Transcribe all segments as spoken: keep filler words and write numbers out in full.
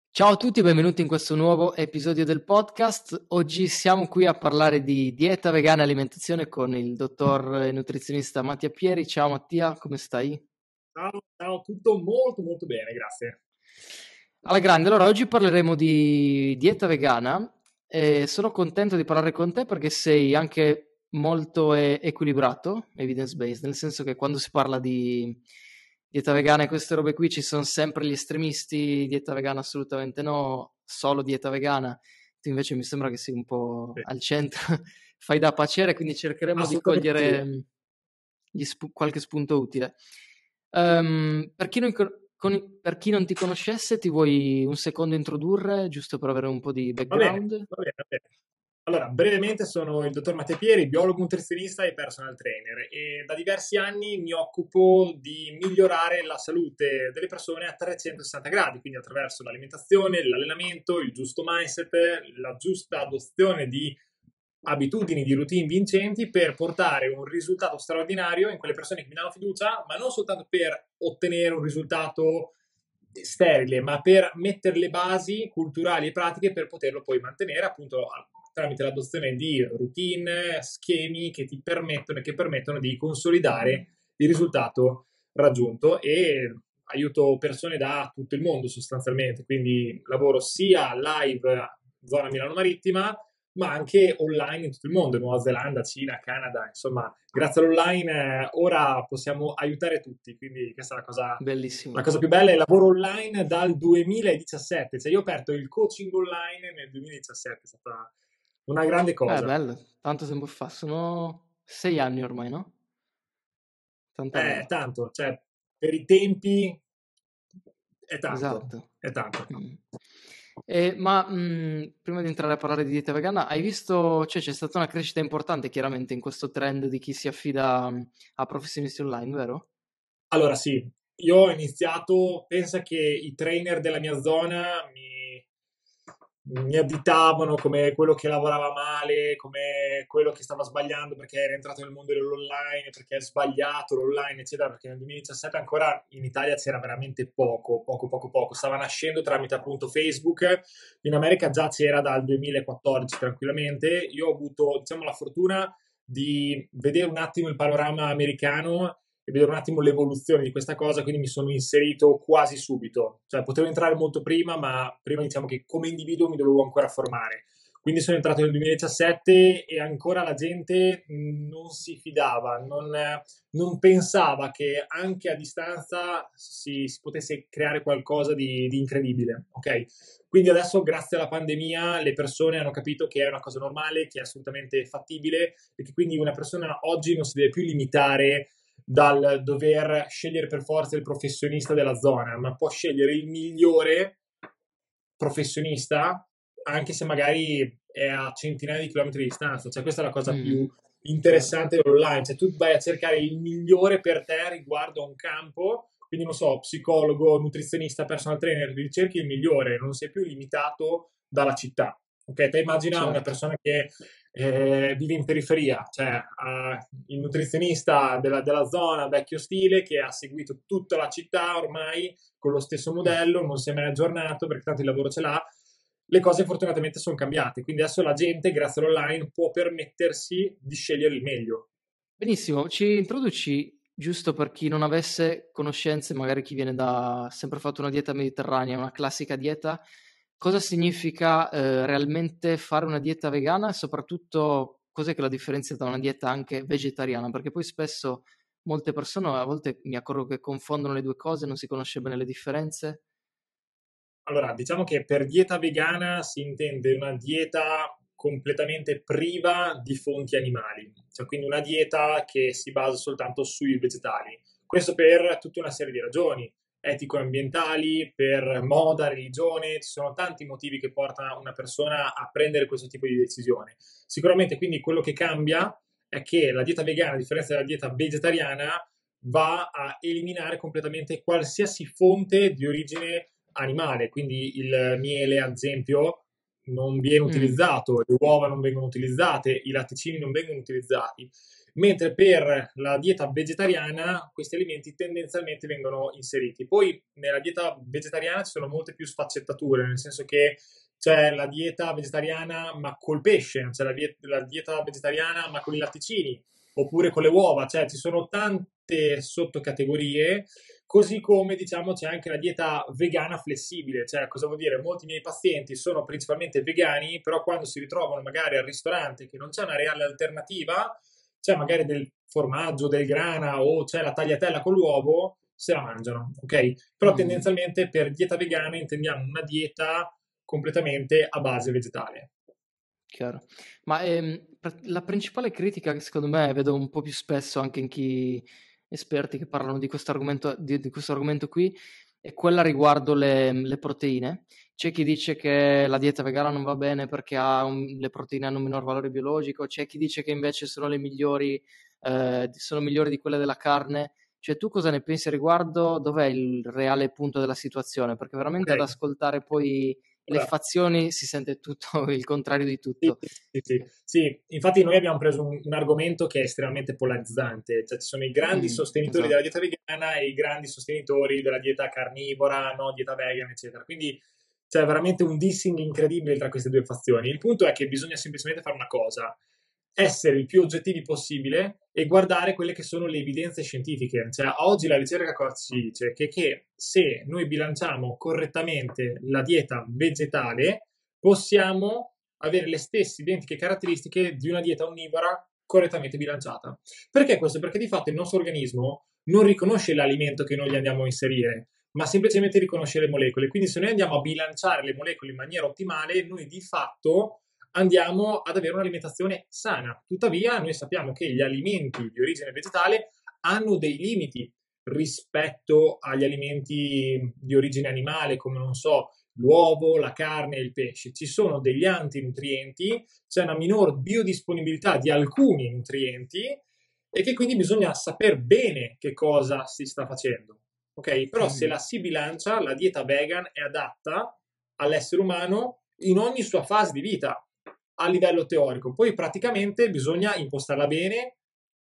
Ciao a tutti, benvenuti in questo nuovo episodio del podcast. Oggi siamo qui a parlare di dieta vegana e alimentazione con il dottor e nutrizionista Mattia Pieri. Ciao Mattia, come stai? Ciao, ciao, tutto molto molto bene, grazie. Alla grande, allora oggi parleremo di dieta vegana e sono contento di parlare con te perché sei anche molto e- equilibrato, evidence-based, nel senso che quando si parla di dieta vegana e queste robe qui ci sono sempre gli estremisti, dieta vegana assolutamente no, solo dieta vegana. Tu invece mi sembra che sei un po' Sì, al centro, fai da paciere, quindi cercheremo di assolutamente sì. cogliere mh, gli spu- qualche spunto utile. Ehm, per chi non, co- con- per chi non ti conoscesse, ti vuoi un secondo introdurre, giusto per avere un po' di Va bene, background? va bene, va bene. Allora, brevemente sono il dottor Matteo Pieri, biologo nutrizionista e personal trainer e da diversi anni mi occupo di migliorare la salute delle persone a trecentosessanta gradi, quindi attraverso l'alimentazione, l'allenamento, il giusto mindset, la giusta adozione di abitudini, di routine vincenti per portare un risultato straordinario in quelle persone che mi danno fiducia, ma non soltanto per ottenere un risultato sterile, ma per mettere le basi culturali e pratiche per poterlo poi mantenere appunto tramite l'adozione di routine, schemi che ti permettono e che permettono di consolidare il risultato raggiunto e aiuto persone da tutto il mondo sostanzialmente, quindi lavoro sia live zona Milano Marittima ma anche online in tutto il mondo, Nuova Zelanda, Cina, Canada, insomma, grazie all'online eh, ora possiamo aiutare tutti, quindi questa è la cosa, la Bellissimo. cosa più bella, è il lavoro online dal duemiladiciassette, cioè io ho aperto il coaching online nel duemiladiciassette, è stata una grande Eh, cosa. bello, tanto tempo fa, sono sei anni ormai, no? Tanta È roba. tanto, cioè per i tempi è tanto, Esatto. è tanto. Mm. E, ma mh, prima di entrare a parlare di dieta vegana, hai visto, cioè c'è stata una crescita importante chiaramente in questo trend di chi si affida mh, a professionisti online, vero? Allora sì, io ho iniziato, pensa che i trainer della mia zona mi, mi additavano come quello che lavorava male, come quello che stava sbagliando perché era entrato nel mondo dell'online, perché è sbagliato l'online, eccetera, perché nel duemiladiciassette ancora in Italia c'era veramente poco, poco, poco, poco. Stava nascendo tramite appunto Facebook, in America già c'era dal duemilaquattordici tranquillamente. Io ho avuto, diciamo, la fortuna di vedere un attimo il panorama americano e vedere un attimo l'evoluzione di questa cosa, quindi mi sono inserito quasi subito. Cioè, potevo entrare molto prima, ma prima diciamo che come individuo mi dovevo ancora formare. Quindi sono entrato nel duemiladiciassette e ancora la gente non si fidava, non, non pensava che anche a distanza si, si potesse creare qualcosa di, di incredibile. Ok? Quindi adesso, grazie alla pandemia, le persone hanno capito che è una cosa normale, che è assolutamente fattibile e che quindi una persona oggi non si deve più limitare dal dover scegliere per forza il professionista della zona, ma può scegliere il migliore professionista anche se magari è a centinaia di chilometri di distanza. Cioè, questa è la cosa più Mm, chiaro. interessante dell'online. Cioè, tu vai a cercare il migliore per te riguardo a un campo, quindi non so, psicologo, nutrizionista, personal trainer, ricerchi il migliore, non sei più limitato dalla città. Ok, te immagina una Certo. persona che eh, vive in periferia, cioè ha il nutrizionista della, della zona vecchio stile che ha seguito tutta la città ormai con lo stesso modello, non si è mai aggiornato perché tanto il lavoro ce l'ha. Le cose fortunatamente sono cambiate, quindi adesso la gente, grazie all'online, può permettersi di scegliere il meglio. Benissimo, ci introduci, giusto per chi non avesse conoscenze, magari chi viene da, ha sempre fatto una dieta mediterranea, una classica dieta, cosa significa eh, realmente fare una dieta vegana e soprattutto cos'è che la differenzia da una dieta anche vegetariana? Perché poi spesso molte persone, a volte mi accorgo che confondono le due cose, non si conosce bene le differenze. Allora, diciamo che per dieta vegana si intende una dieta completamente priva di fonti animali, cioè quindi una dieta che si basa soltanto sui vegetali. Questo per tutta una serie di ragioni, etico-ambientali, per moda, religione, ci sono tanti motivi che portano una persona a prendere questo tipo di decisione. Sicuramente quindi quello che cambia è che la dieta vegana, a differenza della dieta vegetariana, va a eliminare completamente qualsiasi fonte di origine animale, quindi il miele, ad esempio, non viene Mm, utilizzato, le uova non vengono utilizzate, i latticini non vengono utilizzati mentre per la dieta vegetariana questi alimenti tendenzialmente vengono inseriti. Poi nella dieta vegetariana ci sono molte più sfaccettature, nel senso che c'è la dieta vegetariana ma col pesce, c'è la, diet- la dieta vegetariana ma con i latticini, oppure con le uova, cioè ci sono tante sottocategorie, così come diciamo c'è anche la dieta vegana flessibile, cioè cosa vuol dire? Molti miei pazienti sono principalmente vegani, però quando si ritrovano magari al ristorante che non c'è una reale alternativa, c'è magari del formaggio, del grana o c'è la tagliatella con l'uovo, se la mangiano, ok? Però Mm. tendenzialmente per dieta vegana intendiamo una dieta completamente a base vegetale. Chiaro. Ma ehm, pr- la principale critica che secondo me vedo un po' più spesso anche in chi esperti che parlano di questo argomento, di, di questo argomento qui è quella riguardo le, le proteine. C'è chi dice che la dieta vegana non va bene perché ha un- le proteine hanno un minor valore biologico, c'è chi dice che invece sono le migliori, eh, sono migliori di quelle della carne. Cioè, tu cosa ne pensi a riguardo? Dov'è il reale punto della situazione? Perché Ok, veramente ad ascoltare poi le allora, fazioni si sente tutto il contrario di sì, tutto. sì, sì, sì, infatti noi abbiamo preso un, un argomento che è estremamente polarizzante, cioè ci sono i grandi Mm, sostenitori della esatto. dieta vegana e i grandi sostenitori della dieta carnivora, no, dieta vegan, eccetera. Quindi c'è veramente un dissing incredibile tra queste due fazioni. Il punto è che bisogna semplicemente fare una cosa, essere il più oggettivi possibile e guardare quelle che sono le evidenze scientifiche. Cioè, oggi la ricerca cosa ci dice? Che, che se noi bilanciamo correttamente la dieta vegetale, possiamo avere le stesse identiche caratteristiche di una dieta onnivora correttamente bilanciata. Perché questo? Perché di fatto il nostro organismo non riconosce l'alimento che noi gli andiamo a inserire, ma semplicemente riconosce le molecole. Quindi se noi andiamo a bilanciare le molecole in maniera ottimale, noi di fatto andiamo ad avere un'alimentazione sana. Tuttavia, noi sappiamo che gli alimenti di origine vegetale hanno dei limiti rispetto agli alimenti di origine animale, come non so, l'uovo, la carne e il pesce. Ci sono degli antinutrienti, c'è una minor biodisponibilità di alcuni nutrienti e che quindi bisogna sapere bene che cosa si sta facendo. Ok? Però se Mm, la si bilancia, la dieta vegan è adatta all'essere umano in ogni sua fase di vita a livello teorico. Poi praticamente bisogna impostarla bene,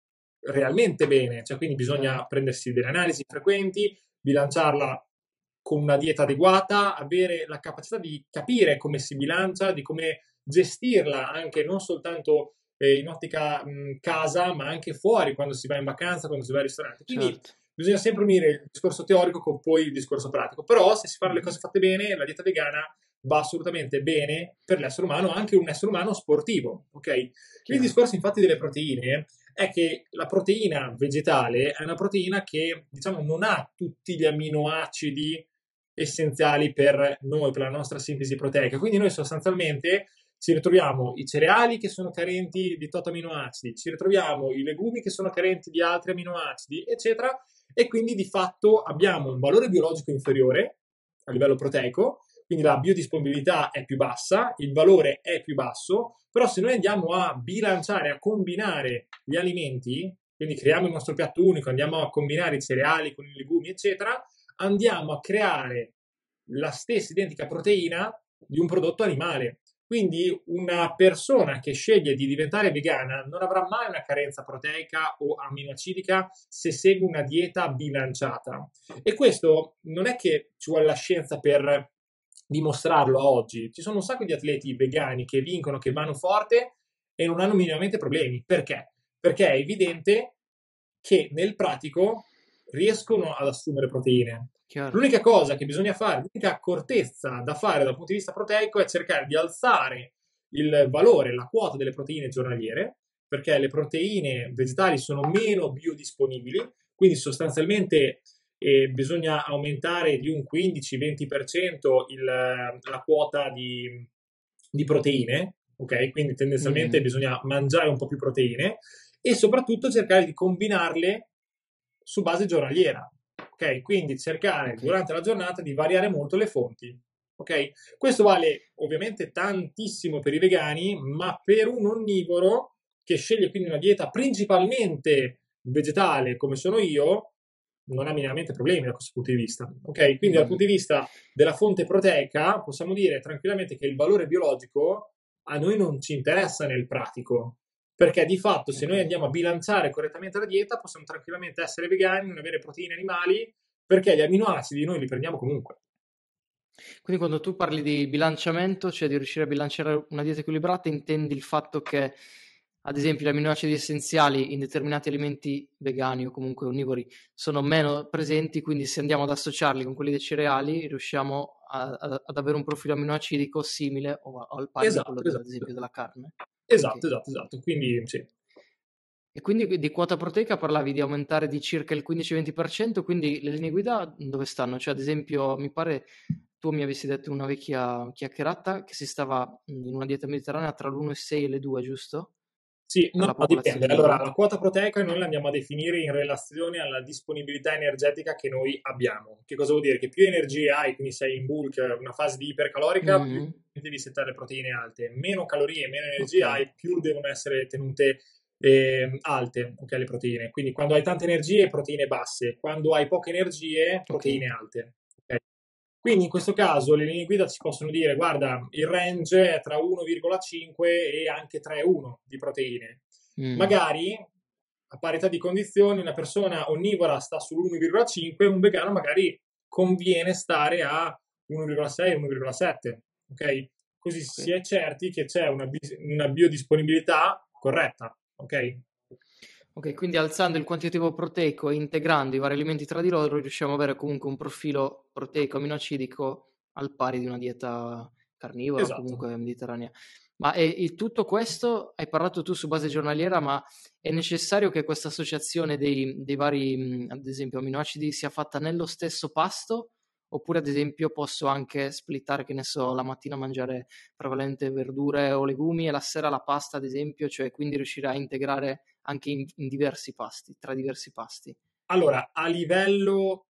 realmente bene, cioè quindi chiaro. bisogna prendersi delle analisi frequenti, bilanciarla con una dieta adeguata, avere la capacità di capire come si bilancia, di come gestirla anche non soltanto eh, in ottica mh, casa, ma anche fuori quando si va in vacanza, quando si va al ristorante. Quindi Certo. bisogna sempre unire il discorso teorico con poi il discorso pratico. Però se si fanno le cose fatte bene, la dieta vegana va assolutamente bene per l'essere umano, anche un essere umano sportivo, ok? Il Chiaro. discorso infatti delle proteine è che la proteina vegetale è una proteina che, diciamo, non ha tutti gli aminoacidi essenziali per noi, per la nostra sintesi proteica. Quindi noi sostanzialmente ci ritroviamo i cereali che sono carenti di tot aminoacidi, ci ritroviamo i legumi che sono carenti di altri aminoacidi, eccetera, e quindi di fatto abbiamo un valore biologico inferiore a livello proteico, quindi la biodisponibilità è più bassa, il valore è più basso, però se noi andiamo a bilanciare, a combinare gli alimenti, quindi creiamo il nostro piatto unico, andiamo a combinare i cereali con i legumi, eccetera, andiamo a creare la stessa identica proteina di un prodotto animale. Quindi una persona che sceglie di diventare vegana non avrà mai una carenza proteica o aminoacidica se segue una dieta bilanciata. E questo non è che ci vuole la scienza per dimostrarlo oggi. Ci sono un sacco di atleti vegani che vincono, che vanno forte e non hanno minimamente problemi. Perché? Perché è evidente che nel pratico riescono ad assumere proteine. Chiaro. L'unica cosa che bisogna fare, l'unica accortezza da fare dal punto di vista proteico è cercare di alzare il valore, la quota delle proteine giornaliere, perché le proteine vegetali sono meno biodisponibili, quindi sostanzialmente eh, bisogna aumentare di un quindici-venti per cento il, la quota di, di proteine, ok? Quindi tendenzialmente Mm, bisogna mangiare un po' più proteine e soprattutto cercare di combinarle su base giornaliera. Ok, quindi cercare ok. durante la giornata di variare molto le fonti. Ok, questo vale ovviamente tantissimo per i vegani, ma per un onnivoro che sceglie quindi una dieta principalmente vegetale, come sono io, non ha minimamente problemi da questo punto di vista. Ok, quindi dal Mm. punto di vista della fonte proteica, possiamo dire tranquillamente che il valore biologico a noi non ci interessa nel pratico. Perché di fatto se noi Ok. andiamo a bilanciare correttamente la dieta possiamo tranquillamente essere vegani, non avere proteine animali, perché gli amminoacidi noi li prendiamo comunque. Quindi quando tu parli di bilanciamento, cioè di riuscire a bilanciare una dieta equilibrata, intendi il fatto che, ad esempio, gli amminoacidi essenziali in determinati alimenti vegani o comunque onnivori sono meno presenti, quindi se andiamo ad associarli con quelli dei cereali, riusciamo a- a- ad avere un profilo amminoacidico simile o, o al pari di quello, Esatto, del- ad esempio, esatto. della carne. Ok. Esatto, esatto, esatto. Quindi sì. E quindi di quota proteica parlavi di aumentare di circa il quindici-venti per cento, quindi le linee guida dove stanno? Cioè, ad esempio, mi pare tu mi avessi detto in una vecchia chiacchierata che si stava mh, in una dieta mediterranea tra l'uno virgola sei e le due, giusto? Sì, Per no, la no, dipende. popolazione Allora, media. la quota proteica noi la andiamo a definire in relazione alla disponibilità energetica che noi abbiamo. Che cosa vuol dire? Che più energie hai, quindi sei in bulk, una fase di ipercalorica, più Mhm. devi settare proteine alte. Meno calorie, meno Ok, energie hai, più devono essere tenute eh, alte, ok, le proteine. Quindi quando hai tante energie, proteine basse. Quando hai poche energie, ok. proteine alte. Ok? Quindi in questo caso le linee guida ci possono dire, guarda, il range è tra uno virgola cinque e anche tre virgola uno di proteine. Mm. Magari, a parità di condizioni, una persona onnivora sta sull'uno virgola cinque, un vegano magari conviene stare a uno virgola sei, uno virgola sette, ok? Così Ok. si è certi che c'è una, bi- una biodisponibilità corretta, ok? Ok, quindi alzando il quantitativo proteico e integrando i vari alimenti tra di loro, riusciamo ad avere comunque un profilo proteico aminoacidico al pari di una dieta carnivora o Esatto. comunque mediterranea. Ma è, il- tutto questo hai parlato tu su base giornaliera, ma è necessario che questa associazione dei, dei vari, mh, ad esempio, aminoacidi sia fatta nello stesso pasto? Oppure, ad esempio, posso anche splittare, che ne so, la mattina mangiare prevalentemente verdure o legumi e la sera la pasta, ad esempio, cioè quindi riuscire a integrare anche in, in diversi pasti, tra diversi pasti. Allora, a livello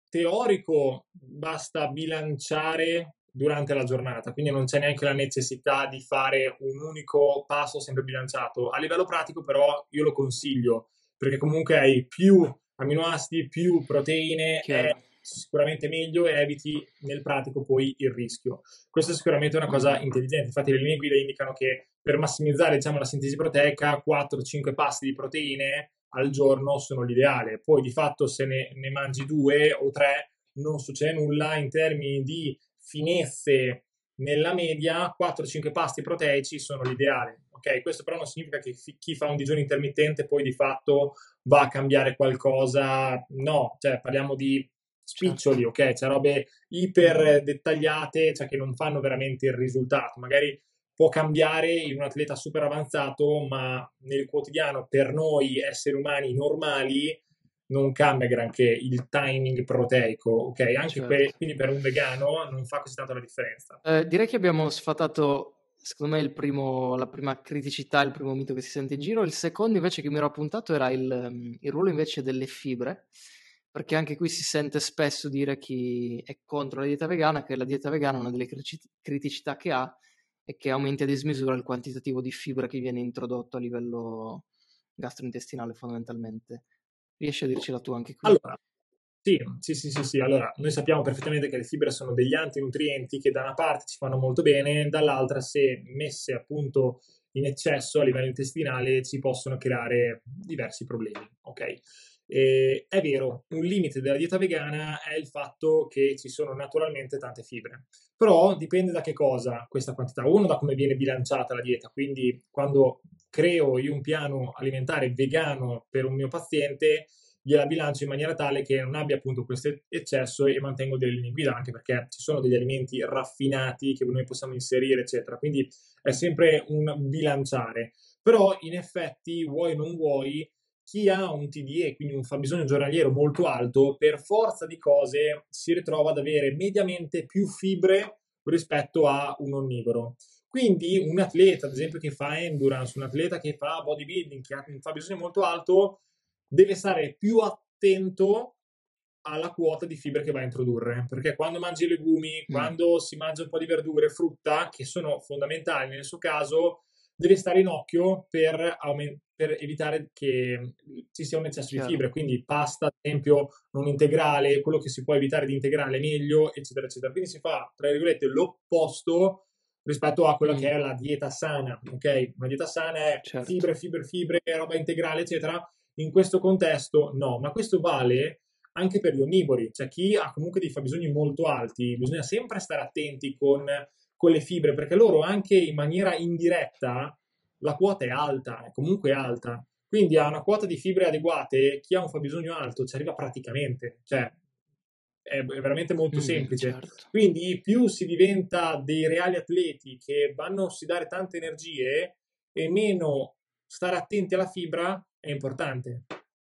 teorico basta bilanciare durante la giornata, quindi non c'è neanche la necessità di fare un unico passo sempre bilanciato. A livello pratico però io lo consiglio, perché comunque hai più amminoacidi, più proteine, è Chiaro. sicuramente meglio e eviti nel pratico poi il rischio. Questa è sicuramente una cosa Mhm. intelligente, infatti le linee guida indicano che per massimizzare, diciamo, la sintesi proteica, quattro cinque pasti di proteine al giorno sono l'ideale. Poi di fatto se ne, ne mangi due o tre non succede nulla in termini di finezze nella media, quattro cinque pasti proteici sono l'ideale. Ok, questo però non significa che chi fa un digiuno intermittente poi di fatto va a cambiare qualcosa. No, cioè parliamo di Certo. spiccioli, ok? Cioè robe iper dettagliate, cioè che non fanno veramente il risultato. Magari può cambiare in un atleta super avanzato, ma nel quotidiano per noi esseri umani normali non cambia granché il timing proteico, ok? Anche Certo. per, quindi per un vegano non fa così tanto la differenza. Eh, direi che abbiamo sfatato, secondo me, il primo, la prima criticità, il primo mito che si sente in giro. Il secondo, invece, che mi ero appuntato era il, ehm, il ruolo invece delle fibre, perché anche qui si sente spesso dire chi è contro la dieta vegana che la dieta vegana, una delle crici- criticità che ha, è che aumenta a dismisura il quantitativo di fibra che viene introdotto a livello gastrointestinale, fondamentalmente. Riesci a dirci la tua anche qui? Allora, sì, sì, sì, sì, sì. Allora, noi sappiamo perfettamente che le fibre sono degli antinutrienti che da una parte ci fanno molto bene, dall'altra, se messe appunto in eccesso a livello intestinale, ci possono creare diversi problemi. Ok? E è vero, un limite della dieta vegana è il fatto che ci sono naturalmente tante fibre, però dipende da che cosa questa quantità. Uno, da come viene bilanciata la dieta, quindi quando creo io un piano alimentare vegano per un mio paziente, gliela bilancio in maniera tale che non abbia appunto questo eccesso e mantengo delle linee guida, anche perché ci sono degli alimenti raffinati che noi possiamo inserire, eccetera. Quindi è sempre un bilanciare. Però in effetti, vuoi o non vuoi, chi ha un T D E, quindi un fabbisogno giornaliero molto alto, per forza di cose si ritrova ad avere mediamente più fibre rispetto a un onnivoro. Quindi un atleta, ad esempio, che fa endurance, un atleta che fa bodybuilding, che ha un fabbisogno molto alto, deve stare più attento alla quota di fibre che va a introdurre, perché quando mangi legumi, Mm, quando si mangia un po' di verdure, frutta, che sono fondamentali nel suo caso, deve stare in occhio per, aument- per evitare che ci sia un eccesso di chiaro. fibre, quindi pasta, ad esempio, non integrale, quello che si può evitare di integrale meglio, eccetera, eccetera. Quindi si fa, tra virgolette, l'opposto rispetto a quella Mm, che è la dieta sana, ok? Una dieta sana è certo. fibre, fibre, fibre, roba integrale, eccetera. In questo contesto no, ma questo vale anche per gli onnivori, cioè chi ha comunque dei fabbisogni molto alti, bisogna sempre stare attenti con, con le fibre, perché loro anche in maniera indiretta la quota è alta, è comunque alta. Quindi a una quota di fibre adeguate, chi ha un fabbisogno alto ci arriva praticamente, cioè è veramente molto Mm, semplice. certo. Quindi più si diventa dei reali atleti che vanno a ossidare tante energie e meno stare attenti alla fibra è importante.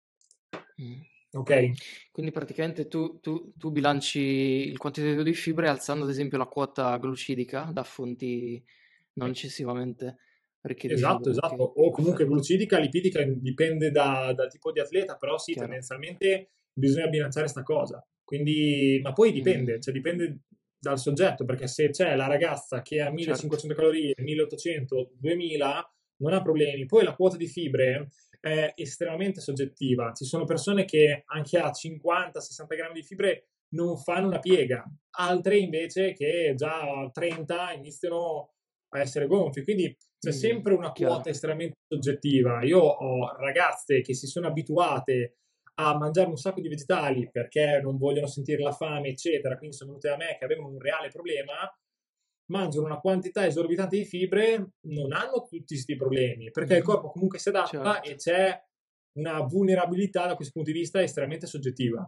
Mm. Ok? Quindi praticamente tu, tu- tu bilanci il quantitativo di fibre alzando ad esempio la quota glucidica da fonti non eccessivamente ricche di Esatto, fibre. esatto. Ok, O comunque perfetto, glucidica, lipidica, dipende da- dal tipo di atleta, però sì, chiaro. tendenzialmente bisogna bilanciare sta cosa. Quindi, ma poi Mm, dipende, cioè dipende dal soggetto, perché se c'è la ragazza che ha certo. millecinquecento calorie, milleottocento, duemila, non ha problemi. Poi la quota di fibre è estremamente soggettiva. Ci sono persone che anche a cinquanta sessanta grammi di fibre non fanno una piega, altre invece che già a trenta iniziano a essere gonfi. Quindi c'è Mm, sempre una chiaro. quota estremamente soggettiva. Io ho ragazze che si sono abituate a mangiare un sacco di vegetali perché non vogliono sentire la fame, eccetera, quindi sono venute da me che avevano un reale problema, mangiano una quantità esorbitante di fibre, non hanno tutti questi problemi, perché il Mhm, corpo comunque si adatta certo. e c'è una vulnerabilità da questo punto di vista estremamente soggettiva.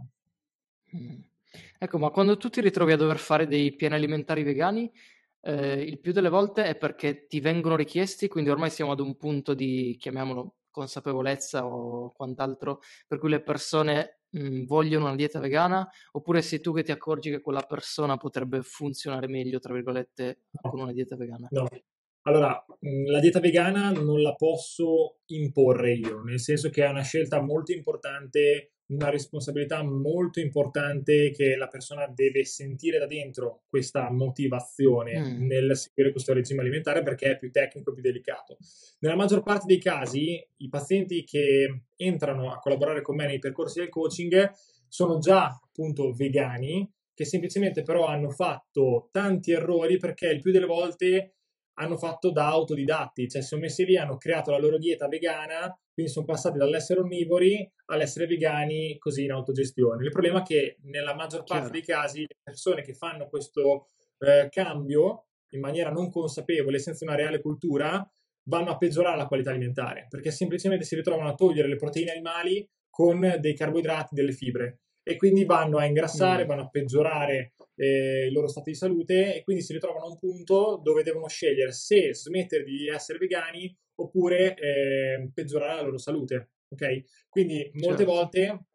Mm. Ecco, ma quando tu ti ritrovi a dover fare dei piani alimentari vegani, eh, il più delle volte è perché ti vengono richiesti, quindi ormai siamo ad un punto di, chiamiamolo, consapevolezza o quant'altro, per cui le persone, mh, vogliono una dieta vegana, oppure sei tu che ti accorgi che quella persona potrebbe funzionare meglio, tra virgolette, No. con una dieta vegana. No. Allora, mh, la dieta vegana non la posso imporre io, nel senso che è una scelta molto importante, una responsabilità molto importante che la persona deve sentire da dentro questa motivazione Mm, nel seguire questo regime alimentare perché è più tecnico, più delicato. Nella maggior parte dei casi, i pazienti che entrano a collaborare con me nei percorsi del coaching sono già appunto vegani che semplicemente però hanno fatto tanti errori perché il più delle volte hanno fatto da autodidatti, cioè si sono messi lì, hanno creato la loro dieta vegana, quindi sono passati dall'essere onnivori all'essere vegani così in autogestione. Il problema è che nella maggior parte chiaro. dei casi le persone che fanno questo eh, cambio in maniera non consapevole, senza una reale cultura, vanno a peggiorare la qualità alimentare, perché semplicemente si ritrovano a togliere le proteine animali con dei carboidrati, delle fibre e quindi vanno a ingrassare, Mm, vanno a peggiorare eh, il loro stato di salute e quindi si ritrovano a un punto dove devono scegliere se smettere di essere vegani oppure eh, peggiorare la loro salute. Ok? Quindi molte certo. volte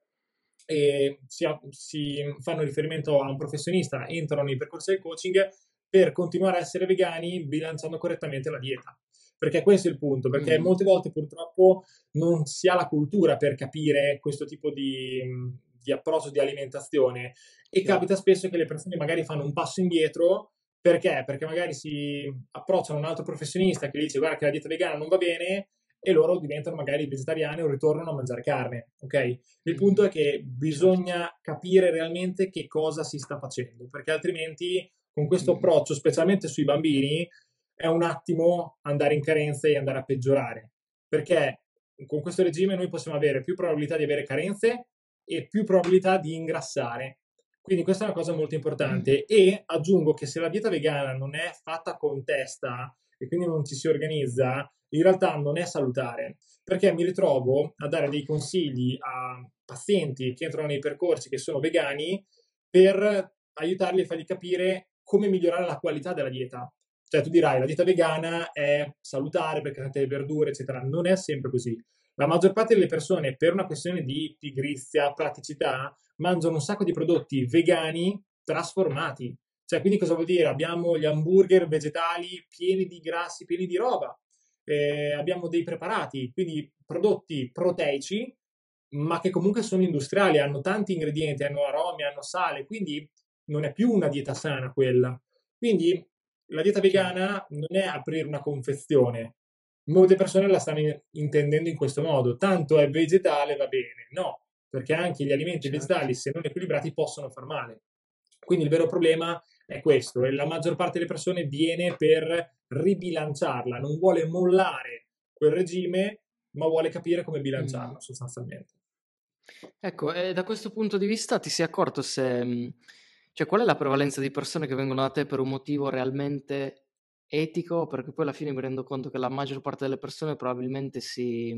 eh, si, si fanno riferimento a un professionista, entrano nei percorsi del coaching per continuare a essere vegani bilanciando correttamente la dieta. Perché questo è il punto, perché Mm, molte volte purtroppo non si ha la cultura per capire questo tipo di, di approccio di alimentazione e chiaro. capita spesso che le persone magari fanno un passo indietro perché? Perché magari si approcciano a un altro professionista che gli dice guarda che la dieta vegana non va bene e loro diventano magari vegetariani o ritornano a mangiare carne, ok? Il punto Mm, è che certo. bisogna capire realmente che cosa si sta facendo, perché altrimenti con questo Mm, approccio, specialmente sui bambini, è un attimo andare in carenze e andare a peggiorare, perché con questo regime noi possiamo avere più probabilità di avere carenze e più probabilità di ingrassare. Quindi questa è una cosa molto mm, importante e aggiungo che se la dieta vegana non è fatta con testa e quindi non ci si organizza, in realtà non è salutare, perché mi ritrovo a dare dei consigli a pazienti che entrano nei percorsi che sono vegani per aiutarli a fargli capire come migliorare la qualità della dieta. Cioè tu dirai la dieta vegana è salutare perché ha tante verdure, eccetera. Non è sempre così. La maggior parte delle persone, per una questione di pigrizia, praticità, mangiano un sacco di prodotti vegani trasformati. Cioè, quindi cosa vuol dire? Abbiamo gli hamburger vegetali pieni di grassi, pieni di roba. Eh, abbiamo dei preparati, quindi prodotti proteici, ma che comunque sono industriali, hanno tanti ingredienti, hanno aromi, hanno sale, quindi non è più una dieta sana quella. Quindi la dieta chiaro. vegana non è aprire una confezione. Molte persone la stanno in- intendendo in questo modo, tanto è vegetale va bene. No, perché anche gli alimenti Certo. vegetali, se non equilibrati, possono far male. Quindi il vero problema è questo, e la maggior parte delle persone viene per ribilanciarla, non vuole mollare quel regime, ma vuole capire come Mm. bilanciarla sostanzialmente. Ecco, e da questo punto di vista ti sei accorto se, mh, cioè qual è la prevalenza di persone che vengono da te per un motivo realmente etico? Perché poi alla fine mi rendo conto che la maggior parte delle persone probabilmente si,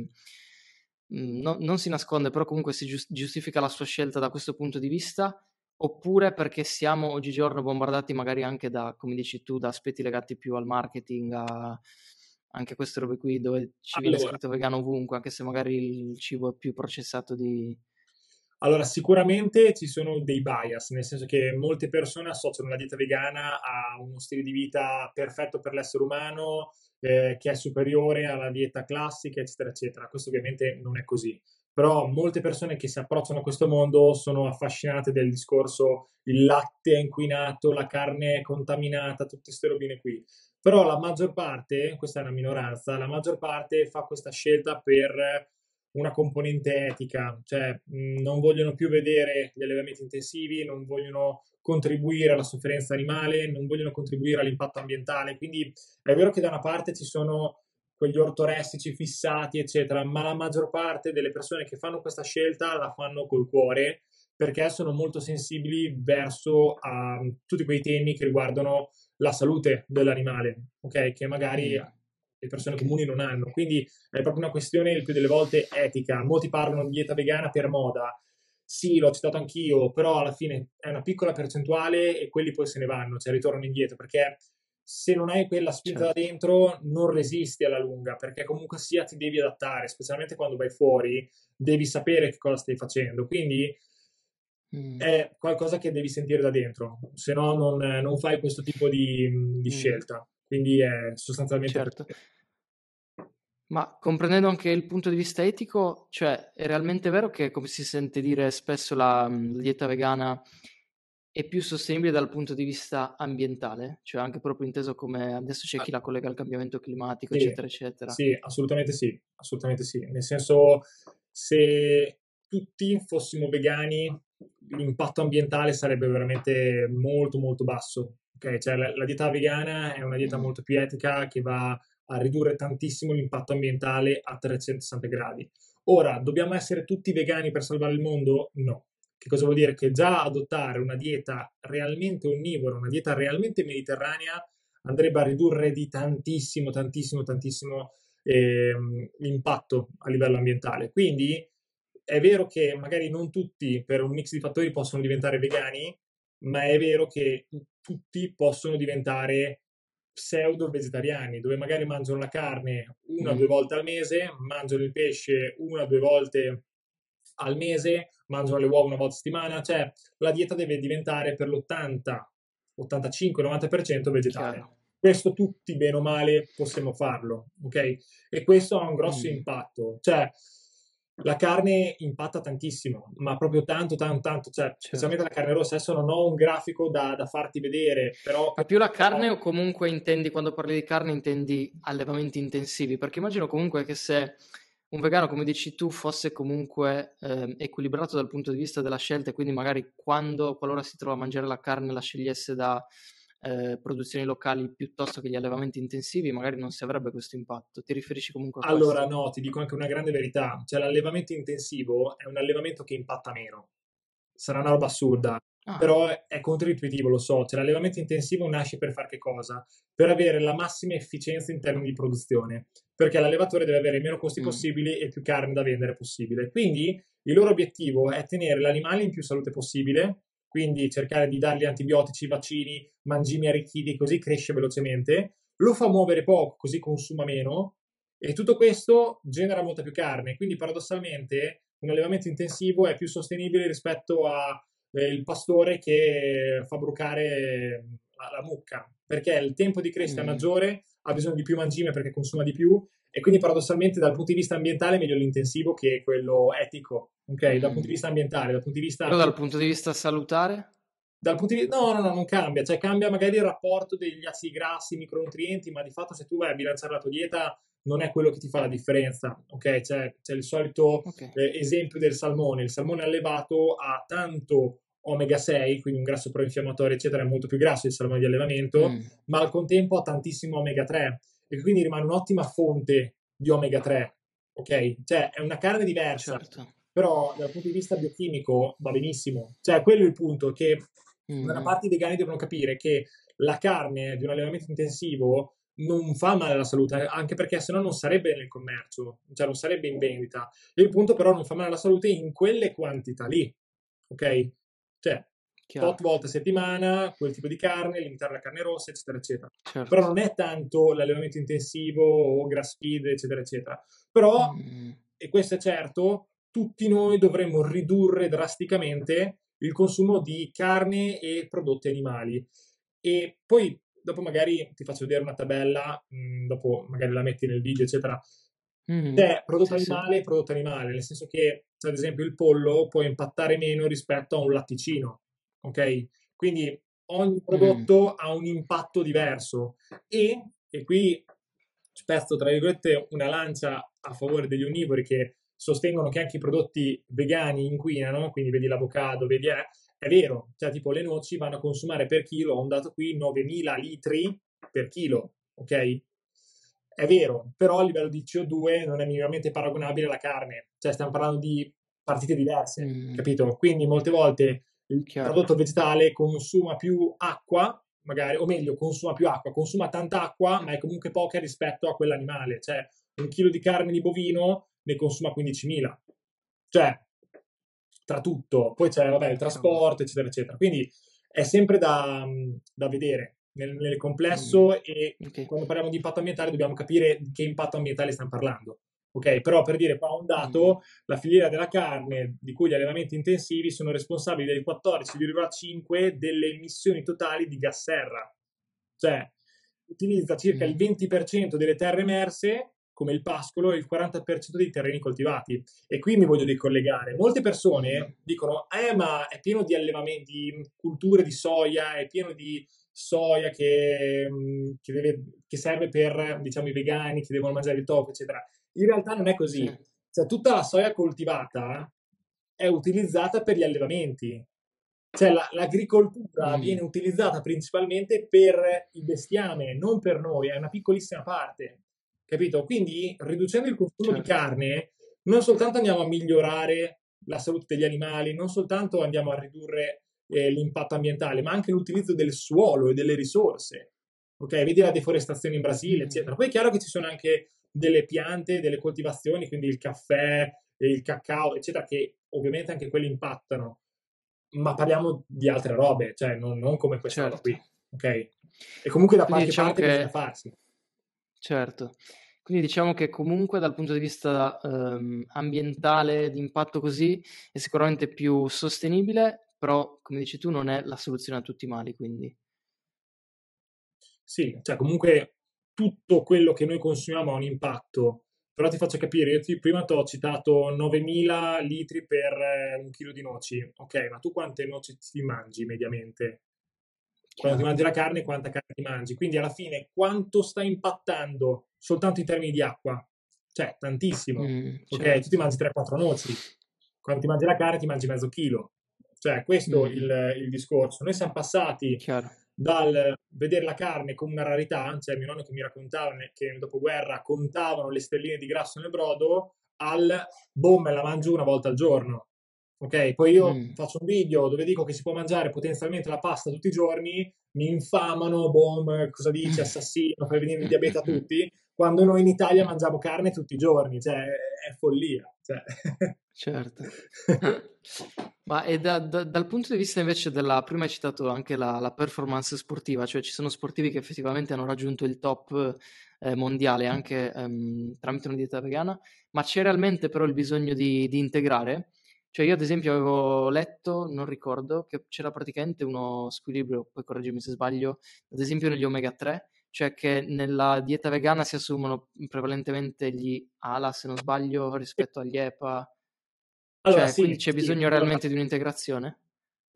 mh, no- non si nasconde, però comunque si gius- giustifica la sua scelta da questo punto di vista, oppure perché siamo oggigiorno bombardati magari anche da, come dici tu, da aspetti legati più al marketing, a anche queste robe qui dove ci viene Allora, scritto vegano ovunque, anche se magari il cibo è più processato di... Allora, sicuramente ci sono dei bias, nel senso che molte persone associano la dieta vegana a uno stile di vita perfetto per l'essere umano, eh, che è superiore alla dieta classica, eccetera, eccetera. Questo ovviamente non è così. Però molte persone che si approcciano a questo mondo sono affascinate del discorso il latte è inquinato, la carne è contaminata, tutte queste robine qui. Però la maggior parte, questa è una minoranza, la maggior parte fa questa scelta per una componente etica, cioè mh, non vogliono più vedere gli allevamenti intensivi, non vogliono contribuire alla sofferenza animale, non vogliono contribuire all'impatto ambientale. Quindi è vero che da una parte ci sono quegli ortoressici fissati, eccetera, ma la maggior parte delle persone che fanno questa scelta la fanno col cuore perché sono molto sensibili verso a tutti quei temi che riguardano la salute dell'animale, ok? Che magari Mm, le persone ok, comuni non hanno. Quindi è proprio una questione il più delle volte etica. Molti parlano di dieta vegana per moda. Sì, l'ho citato anch'io, però alla fine è una piccola percentuale e quelli poi se ne vanno, cioè ritornano indietro, perché se non hai quella spinta da certo. dentro non resisti alla lunga, perché comunque sia ti devi adattare, specialmente quando vai fuori, devi sapere che cosa stai facendo. Quindi Mm, è qualcosa che devi sentire da dentro, se no non, non fai questo tipo di, di mm, scelta. Quindi è sostanzialmente per certo. Ma comprendendo anche il punto di vista etico, cioè è realmente vero che, come si sente dire spesso, la, mm, la dieta vegana è più sostenibile dal punto di vista ambientale? Cioè anche proprio inteso come adesso c'è Ah, chi la collega al cambiamento climatico, sì, eccetera, eccetera. sì, assolutamente sì, assolutamente sì. Nel senso, se tutti fossimo vegani, l'impatto ambientale sarebbe veramente molto, molto basso. Ok? Cioè, la, la dieta vegana è una dieta Mm, molto più etica che va a ridurre tantissimo l'impatto ambientale a trecentosessanta gradi. Ora, dobbiamo essere tutti vegani per salvare il mondo? No. Che cosa vuol dire? Che già adottare una dieta realmente onnivora, una dieta realmente mediterranea, andrebbe a ridurre di tantissimo, tantissimo, tantissimo ehm, l'impatto a livello ambientale. Quindi è vero che magari non tutti per un mix di fattori possono diventare vegani, ma è vero che tutti possono diventare pseudo vegetariani, dove magari mangiano la carne una o due mm, volte al mese, mangiano il pesce una o due volte al mese, mangiano le uova una volta a settimana, cioè la dieta deve diventare per l'ottanta, ottantacinque, novanta per cento vegetale. chiaro. Questo tutti, bene o male, possiamo farlo, ok? E questo ha un grosso Mm. impatto, cioè la carne impatta tantissimo, ma proprio tanto, tanto, tanto, cioè specialmente Certo. la carne rossa. Adesso non ho un grafico da, da farti vedere, però Ma più più la o meno carne o comunque intendi, quando parli di carne, intendi allevamenti intensivi? Perché immagino comunque che se un vegano, come dici tu, fosse comunque ehm, equilibrato dal punto di vista della scelta e quindi magari quando, qualora si trova a mangiare la carne, la scegliesse da eh, produzioni locali piuttosto che gli allevamenti intensivi, magari non si avrebbe questo impatto. Ti riferisci comunque a allora, questo? no, ti dico anche una grande verità, cioè l'allevamento intensivo è un allevamento che impatta meno. Sarà una roba assurda, Ah, però è, è controintuitivo, lo so. Cioè l'allevamento intensivo nasce per fare che cosa? Per avere la massima efficienza in termini di produzione, perché l'allevatore deve avere meno costi mm, possibili e più carne da vendere possibile. Quindi il loro obiettivo è tenere l'animale in più salute possibile, quindi cercare di dargli antibiotici, vaccini, mangimi arricchiti, così cresce velocemente, lo fa muovere poco, così consuma meno, e tutto questo genera molta più carne. Quindi paradossalmente un allevamento intensivo è più sostenibile rispetto al eh, pastore che fa brucare la, la mucca, perché il tempo di crescita è mm, maggiore, ha bisogno di più mangime perché consuma di più, e quindi paradossalmente dal punto di vista ambientale è meglio l'intensivo che quello etico, ok? Dal punto mm. di vista ambientale, dal punto di vista Però proprio dal punto di vista salutare? dal punto di vista, no, no, no, non cambia, cioè cambia magari il rapporto degli acidi grassi, i micronutrienti, ma di fatto se tu vai a bilanciare la tua dieta non è quello che ti fa la differenza, ok? C'è, c'è il solito Ok. eh, esempio del salmone, il salmone allevato ha tanto omega sei, quindi un grasso proinfiammatorio, eccetera, è molto più grasso del salmone di allevamento, Mm. ma al contempo ha tantissimo omega tre e quindi rimane un'ottima fonte di omega tre, ok? Cioè è una carne diversa, Certo. però dal punto di vista biochimico va benissimo. Cioè quello è il punto, che da una Mm. parte i vegani devono capire che la carne di un allevamento intensivo non fa male alla salute, anche perché sennò non sarebbe nel commercio, cioè non sarebbe in vendita. E il punto però non fa male alla salute in quelle quantità lì, ok? Cioè, Chiaro. tot volte a settimana, quel tipo di carne, limitare la carne rossa, eccetera, eccetera. Certo. Però non è tanto l'allevamento intensivo o grass feed, eccetera, eccetera. Però, Mm. e questo è certo, tutti noi dovremmo ridurre drasticamente il consumo di carne e prodotti animali. E poi dopo magari ti faccio vedere una tabella, mh, dopo magari la metti nel video, eccetera. Mm. C'è prodotto Sì, sì. animale e prodotto animale, nel senso che, ad esempio, il pollo può impattare meno rispetto a un latticino, ok? Quindi ogni Mm. prodotto ha un impatto diverso e, e qui spezzo, tra virgolette, una lancia a favore degli onnivori che sostengono che anche i prodotti vegani inquinano, quindi vedi l'avocado, vedi eh, è vero, cioè tipo le noci vanno a consumare per chilo, ho un dato qui, novemila litri per chilo, ok? È vero, però a livello di C O due non è minimamente paragonabile alla carne, cioè stiamo parlando di partite diverse, Mm. capito? Quindi molte volte il Chiaro. prodotto vegetale consuma più acqua, magari, o meglio, consuma più acqua, consuma tanta acqua, ma è comunque poca rispetto a quell'animale, cioè un chilo di carne di bovino ne consuma quindicimila, cioè tra tutto, poi c'è vabbè, il Cavolo. trasporto, eccetera, eccetera. Quindi è sempre da, da vedere nel, nel Mm. complesso e Ok. quando parliamo di impatto ambientale dobbiamo capire di che impatto ambientale stiamo parlando. Ok, però per dire qua un Mm. dato, la filiera della carne, di cui gli allevamenti intensivi sono responsabili del quattordici virgola cinque delle emissioni totali di gas serra. Cioè, utilizza circa il Mm. venti per cento delle terre emerse, come il pascolo, e il quaranta per cento dei terreni coltivati. E qui mi voglio ricollegare. Molte Mm. persone dicono, eh, ma è pieno di allevamenti, di culture di soia, è pieno di soia che, mh, che, deve, che serve per, diciamo, i vegani che devono mangiare il tofu, eccetera. In realtà non è Sì. così. Cioè, tutta la soia coltivata è utilizzata per gli allevamenti. Cioè, la, l'agricoltura Mm. viene utilizzata principalmente per il bestiame, non per noi, è una piccolissima parte, capito? Quindi, riducendo il consumo di Certo. carne, non soltanto andiamo a migliorare la salute degli animali, non soltanto andiamo a ridurre eh, l'impatto ambientale, ma anche l'utilizzo del suolo e delle risorse. Ok, vedi la deforestazione in Brasile, Mm. eccetera. Poi è chiaro che ci sono anche delle piante, delle coltivazioni, quindi il caffè, il cacao, eccetera, che ovviamente anche quelli impattano, ma parliamo di altre robe, cioè non, non come questa roba Certo. qui, ok? E comunque da Quindi qualche diciamo parte bisogna che farsi. certo. Quindi diciamo che comunque dal punto di vista ehm, ambientale, di impatto così, è sicuramente più sostenibile, però come dici tu non è la soluzione a tutti i mali, quindi. Sì, cioè comunque tutto quello che noi consumiamo ha un impatto, però ti faccio capire, io ti, prima ti ho citato novemila litri per eh, un chilo di noci, ok, ma tu quante noci ti mangi mediamente? Quando ti Chiaro. mangi la carne, quanta carne ti mangi? Quindi alla fine quanto sta impattando soltanto in termini di acqua? Cioè, tantissimo, Mm, ok? Tu ti certo. mangi tre quattro noci, quando ti mangi la carne ti mangi mezzo chilo. Cioè, questo è Mm, il, il discorso. Noi siamo passati chiaro. dal vedere la carne come una rarità, cioè mio nonno che mi raccontava che nel dopoguerra contavano le stelline di grasso nel brodo, al boh, me la mangio una volta al giorno. Ok, poi io Mm, faccio un video dove dico che si può mangiare potenzialmente la pasta tutti i giorni, mi infamano, boom, cosa dici, assassino, fai venire il diabete a tutti, quando noi in Italia mangiamo carne tutti i giorni, cioè è follia. Cioè. certo. Ma e da- da- dal punto di vista invece della, prima hai citato anche la, la performance sportiva, cioè ci sono sportivi che effettivamente hanno raggiunto il top eh, mondiale anche ehm, tramite una dieta vegana, ma c'è realmente però il bisogno di, di integrare? Cioè io ad esempio avevo letto, non ricordo, che c'era praticamente uno squilibrio, poi correggimi se sbaglio, ad esempio negli omega tre, cioè che nella dieta vegana si assumono prevalentemente gli A L A, se non sbaglio, rispetto agli E P A. Allora Cioè, quindi sì, c'è sì, bisogno allora, realmente di un'integrazione? no,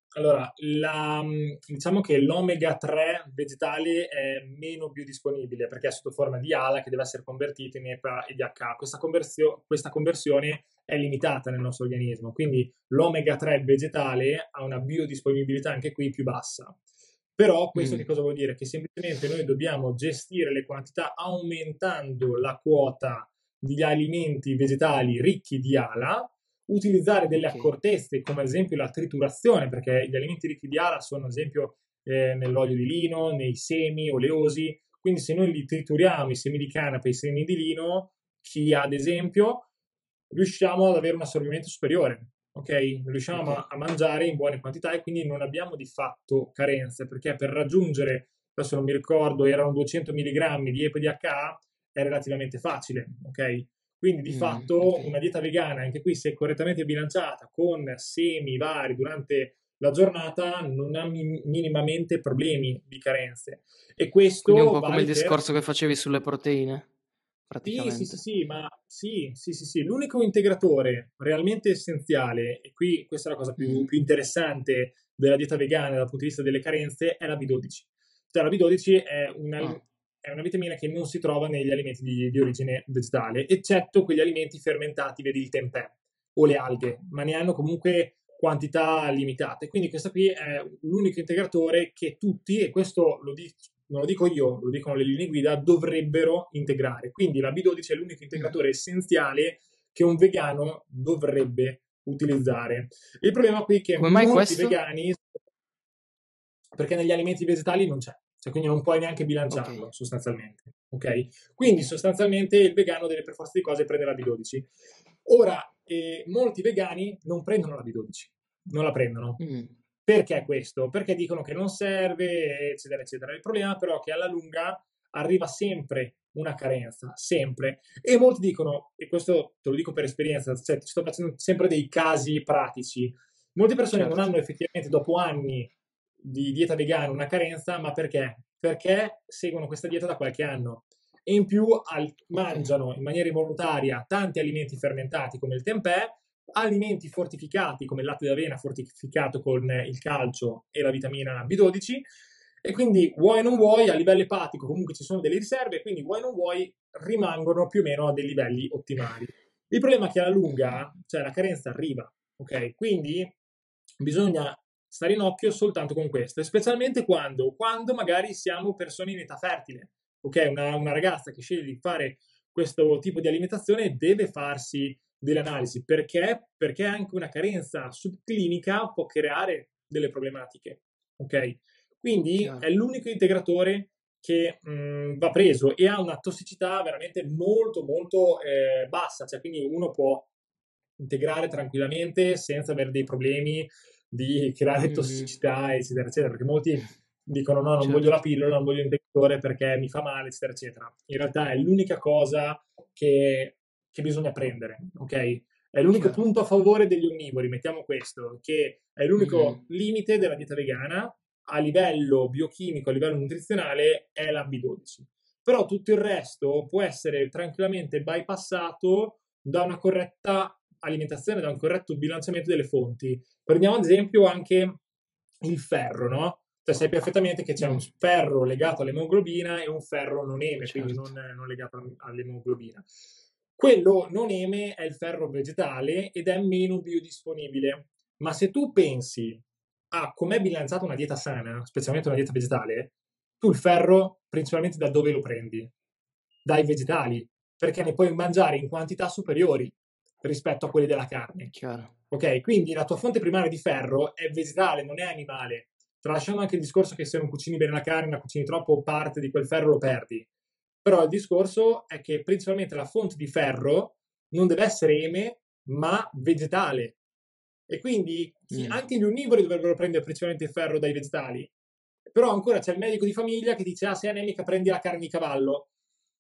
Allora, la, diciamo che l'omega tre vegetale è meno biodisponibile perché è sotto forma di ALA che deve essere convertito in EPA e D H A. Questa, conversio- questa conversione è limitata nel nostro organismo, quindi l'omega tre vegetale ha una biodisponibilità anche qui più bassa. Però questo Mm. che cosa vuol dire? Che semplicemente noi dobbiamo gestire le quantità aumentando la quota di alimenti vegetali ricchi di ALA, utilizzare delle Ok. accortezze come ad esempio la triturazione, perché gli alimenti ricchi di ALA sono ad esempio eh, nell'olio di lino, nei semi oleosi, quindi se noi li trituriamo, i semi di canape, i semi di lino, chia ad esempio, riusciamo ad avere un assorbimento superiore, ok? Riusciamo Ok. a, a mangiare in buone quantità e quindi non abbiamo di fatto carenze, perché per raggiungere, adesso non mi ricordo, erano duecento milligrammi di EPA e D H A, è relativamente facile, ok? Quindi di Mm, fatto ok. una dieta vegana, anche qui se correttamente bilanciata, con semi vari durante la giornata, non ha mi- minimamente problemi di carenze. E Quindi è un questo po' come il vale per... discorso che facevi sulle proteine, Sì, sì, sì, praticamente. sì, ma sì, sì, sì, sì. L'unico integratore realmente essenziale, e qui questa è la cosa più, Mm. più interessante della dieta vegana dal punto di vista delle carenze, è la B dodici. Cioè la B dodici è una, Ah, è una vitamina che non si trova negli alimenti di, di origine vegetale, eccetto quegli alimenti fermentati, vedi il tempeh o le alghe, ma ne hanno comunque quantità limitate. Quindi questo qui è l'unico integratore che tutti, e questo lo dico non lo dico io, lo dicono le linee guida, dovrebbero integrare. Quindi la B dodici è l'unico mm. integratore essenziale che un vegano dovrebbe utilizzare. Il problema qui è che Come mai molti questo? vegani, perché negli alimenti vegetali non c'è, cioè quindi non puoi neanche Ok. bilanciarlo sostanzialmente. Ok? Ok. Quindi sostanzialmente il vegano deve per forza di cose prendere la B dodici. Ora, eh, molti vegani non prendono la B dodici, non la prendono. Mm. Perché questo? Perché dicono che non serve, eccetera, eccetera. Il problema però è che alla lunga arriva sempre una carenza, sempre. E molti dicono, e questo te lo dico per esperienza, cioè ti sto facendo sempre dei casi pratici, molte persone non Certo. hanno effettivamente dopo anni di dieta vegana una carenza, ma perché? Perché seguono questa dieta da qualche anno e in più al- Ok. mangiano in maniera involontaria tanti alimenti fermentati come il tempeh, alimenti fortificati come il latte d'avena fortificato con il calcio e la vitamina B dodici e quindi vuoi o non vuoi a livello epatico comunque ci sono delle riserve, quindi vuoi o non vuoi rimangono più o meno a dei livelli ottimali. Il problema è che alla lunga, cioè la carenza arriva, ok? Quindi bisogna stare in occhio soltanto con questo, e specialmente quando, quando magari siamo persone in età fertile, ok? Una, una ragazza che sceglie di fare questo tipo di alimentazione deve farsi delle analisi, perché? Perché anche una carenza subclinica può creare delle problematiche, ok? Quindi Chiaro. è l'unico integratore che mh, va preso e ha una tossicità veramente molto molto eh, bassa, cioè quindi uno può integrare tranquillamente senza avere dei problemi di creare Mhm. tossicità, eccetera, eccetera, perché molti dicono no, non voglio la Certo. pillola, non voglio l'integratore perché mi fa male, eccetera, eccetera. In realtà è l'unica cosa che, che bisogna prendere, ok? È l'unico Chiaro. punto a favore degli onnivori, mettiamo questo, che è l'unico Mhm. limite della dieta vegana a livello biochimico, a livello nutrizionale, è la B dodici. Però tutto il resto può essere tranquillamente bypassato da una corretta alimentazione, da un corretto bilanciamento delle fonti. Prendiamo ad esempio anche il ferro, no? Cioè sai perfettamente che c'è un Mm. ferro legato all'emoglobina e un ferro non eme, quindi non, Certo. non legato all'emoglobina. Quello non eme è il ferro vegetale ed è meno biodisponibile. Ma se tu pensi a com'è bilanciata una dieta sana, specialmente una dieta vegetale, tu il ferro principalmente da dove lo prendi? Dai vegetali, perché ne puoi mangiare in quantità superiori rispetto a quelle della carne. Chiaro. Ok, quindi la tua fonte primaria di ferro è vegetale, non è animale. Tralasciando anche il discorso che se non cucini bene la carne, la cucini troppo, parte di quel ferro lo perdi. Però il discorso è che principalmente la fonte di ferro non deve essere eme, ma vegetale. E quindi chi, Mm. anche gli onnivori dovrebbero prendere principalmente il ferro dai vegetali. Però ancora c'è il medico di famiglia che dice: ah, sei anemica, prendi la carne di cavallo.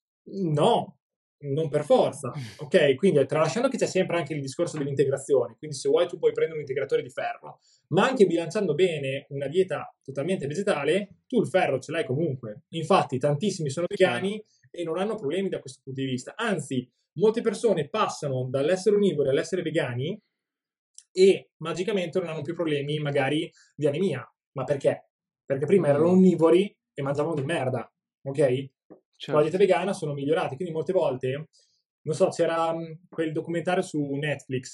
No, non per forza. Ok, quindi tralasciando che c'è sempre anche il discorso dell'integrazione, quindi se vuoi tu puoi prendere un integratore di ferro, ma anche bilanciando bene una dieta totalmente vegetale, tu il ferro ce l'hai comunque. Infatti, tantissimi sono Chiaro. vegani e non hanno problemi da questo punto di vista. Anzi, molte persone passano dall'essere onnivori all'essere vegani e magicamente non hanno più problemi magari di anemia. Ma perché? Perché prima erano Mm, onnivori e mangiavano di merda, ok? Con la dieta certo. vegana sono migliorati, quindi molte volte, non so, c'era mh, quel documentario su Netflix,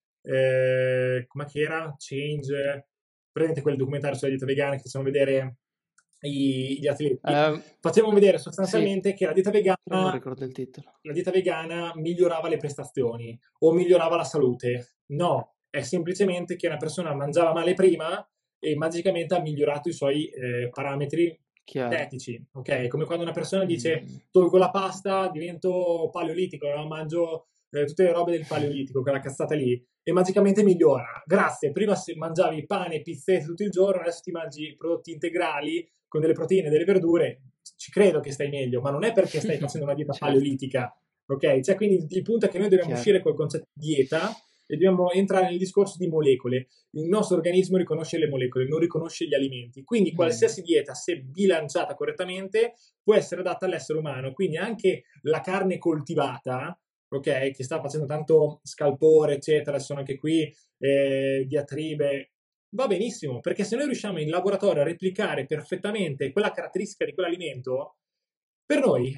eh, com'è che era? Change, prendete quel documentario sulla dieta vegana che facevano vedere i- gli atleti, Eh, facevano vedere sì, sostanzialmente che la dieta però non vegana, ricordo il titolo. la dieta vegana migliorava le prestazioni o migliorava la salute. No, è semplicemente che una persona mangiava male prima e magicamente ha migliorato i suoi eh, parametri Chiaro. estetici, ok? È come quando una persona dice Mm. tolgo la pasta, divento paleolitico, no? Mangio eh, tutte le robe del paleolitico, quella cazzata lì, e magicamente migliora. Grazie, prima se mangiavi pane e pizzette tutto il giorno, adesso ti mangi prodotti integrali con delle proteine e delle verdure, ci credo che stai meglio, ma non è perché stai facendo una dieta Certo, paleolitica, ok? Cioè, quindi il punto è che noi dobbiamo chiaro. uscire col concetto di dieta e dobbiamo entrare nel discorso di molecole. Il nostro organismo riconosce le molecole, non riconosce gli alimenti. Quindi Mm, qualsiasi dieta, se bilanciata correttamente, può essere adatta all'essere umano. Quindi anche la carne coltivata, ok, che sta facendo tanto scalpore, eccetera, ci sono anche qui eh, diatribe, va benissimo, perché se noi riusciamo in laboratorio a replicare perfettamente quella caratteristica di quell'alimento, per noi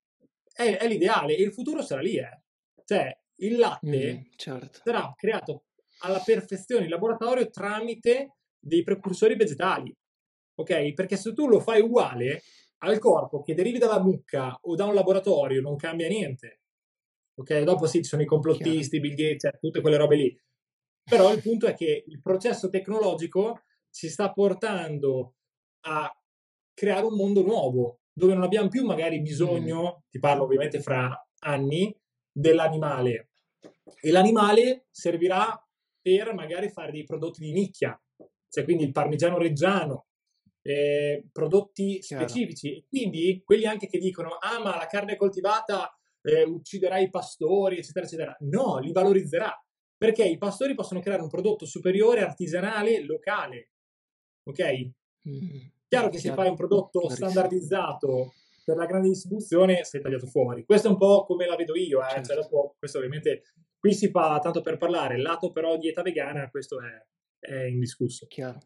è, è l'ideale e il futuro sarà lì, eh. Cioè, il mm, latte certo. sarà creato alla perfezione in laboratorio tramite dei precursori vegetali, ok? Perché se tu lo fai uguale al corpo che derivi dalla mucca o da un laboratorio non cambia niente, ok? Dopo sì, ci sono i Chiaro. complottisti, Bill Gates, cioè, tutte quelle robe lì. Però il punto è che il processo tecnologico ci sta portando a creare un mondo nuovo, dove non abbiamo più magari Mm, bisogno, ti parlo ovviamente fra anni, dell'animale. E l'animale servirà per magari fare dei prodotti di nicchia, cioè quindi il parmigiano reggiano, eh, prodotti chiaro. specifici. E quindi quelli anche che dicono, ah ma la carne coltivata eh, ucciderà i pastori, eccetera, eccetera. No, li valorizzerà, perché i pastori possono creare un prodotto superiore, artigianale, locale. Ok? Mm, Chiaro che se chiaro. fai un prodotto Chiarissimo. standardizzato per la grande distribuzione sei tagliato fuori. Questo è un po' come la vedo io, eh? Cioè, Certo, dopo, questo ovviamente qui si fa tanto per parlare, il lato però dieta vegana, questo è, è indiscusso. chiaro.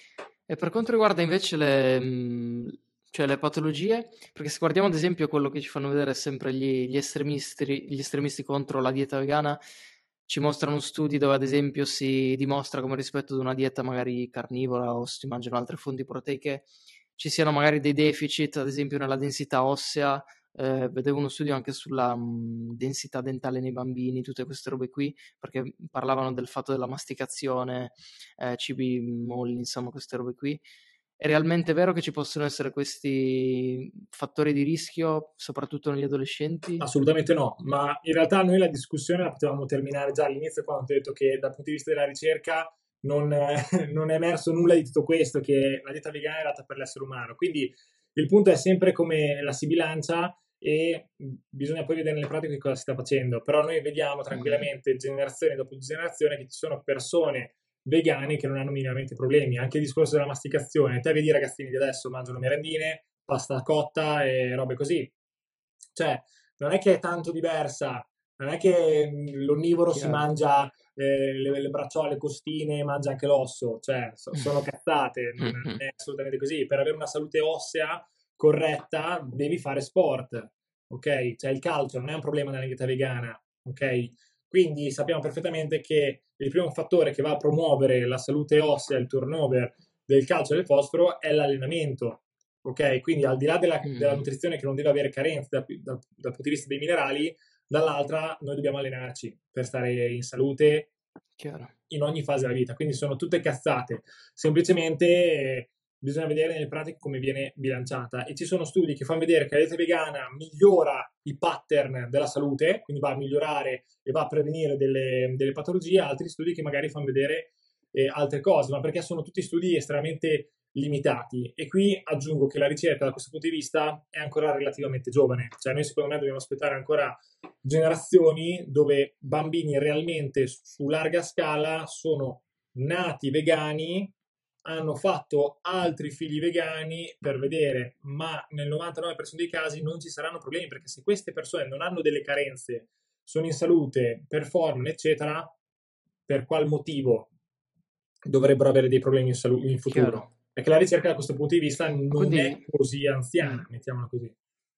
E per quanto riguarda invece le, mh, cioè le patologie, perché se guardiamo ad esempio quello che ci fanno vedere sempre gli, gli estremisti, gli estremisti contro la dieta vegana, ci mostrano studi dove ad esempio si dimostra come rispetto ad una dieta magari carnivora o si mangiano altre fonti proteiche, ci siano magari dei deficit, ad esempio nella densità ossea. Eh, vedevo uno studio anche sulla mh, densità dentale nei bambini, tutte queste robe qui, perché parlavano del fatto della masticazione, eh, cibi molli, insomma, queste robe qui. È realmente vero che ci possono essere questi fattori di rischio, soprattutto negli adolescenti? Assolutamente no, ma in realtà noi la discussione la potevamo terminare già all'inizio quando ho detto che dal punto di vista della ricerca non, eh, non è emerso nulla di tutto questo, che la dieta vegana è data per l'essere umano. Quindi il punto è sempre come la si bilancia e bisogna poi vedere nelle pratiche cosa si sta facendo. Però noi vediamo Mm, tranquillamente, generazione dopo generazione, che ci sono persone vegane che non hanno minimamente problemi. Anche il discorso della masticazione. Te vedi i ragazzini di adesso mangiano merendine, pasta cotta e robe così. Cioè, non è che è tanto diversa, non è che mh, l'onnivoro si chiaro. mangia eh, le, le bracciole, le costine, mangia anche l'osso, cioè so- sono cazzate, non, non Mhm, è assolutamente così. Per avere una salute ossea corretta devi fare sport, ok? Cioè il calcio non è un problema nella dieta vegana, ok? Quindi sappiamo perfettamente che il primo fattore che va a promuovere la salute ossea, il turnover del calcio e del fosforo è l'allenamento. Ok, quindi al di là della, della mm, nutrizione che non deve avere carenze dal, dal, dal punto di vista dei minerali, dall'altra noi dobbiamo allenarci per stare in salute chiaro. in ogni fase della vita. Quindi sono tutte cazzate. Semplicemente eh, bisogna vedere nelle pratiche come viene bilanciata. E ci sono studi che fanno vedere che la dieta vegana migliora i pattern della salute, quindi va a migliorare e va a prevenire delle, delle patologie, altri studi che magari fanno vedere eh, altre cose, ma perché sono tutti studi estremamente limitati. E qui aggiungo che la ricerca da questo punto di vista è ancora relativamente giovane, cioè noi secondo me dobbiamo aspettare ancora generazioni dove bambini realmente su larga scala sono nati vegani, hanno fatto altri figli vegani per vedere, ma nel novantanove per cento dei casi non ci saranno problemi, perché se queste persone non hanno delle carenze, sono in salute, performano, eccetera, per qual motivo dovrebbero avere dei problemi in, salu- in futuro. Chiaro. Perché la ricerca da questo punto di vista non Quindi, è così anziana, mm, mettiamola così.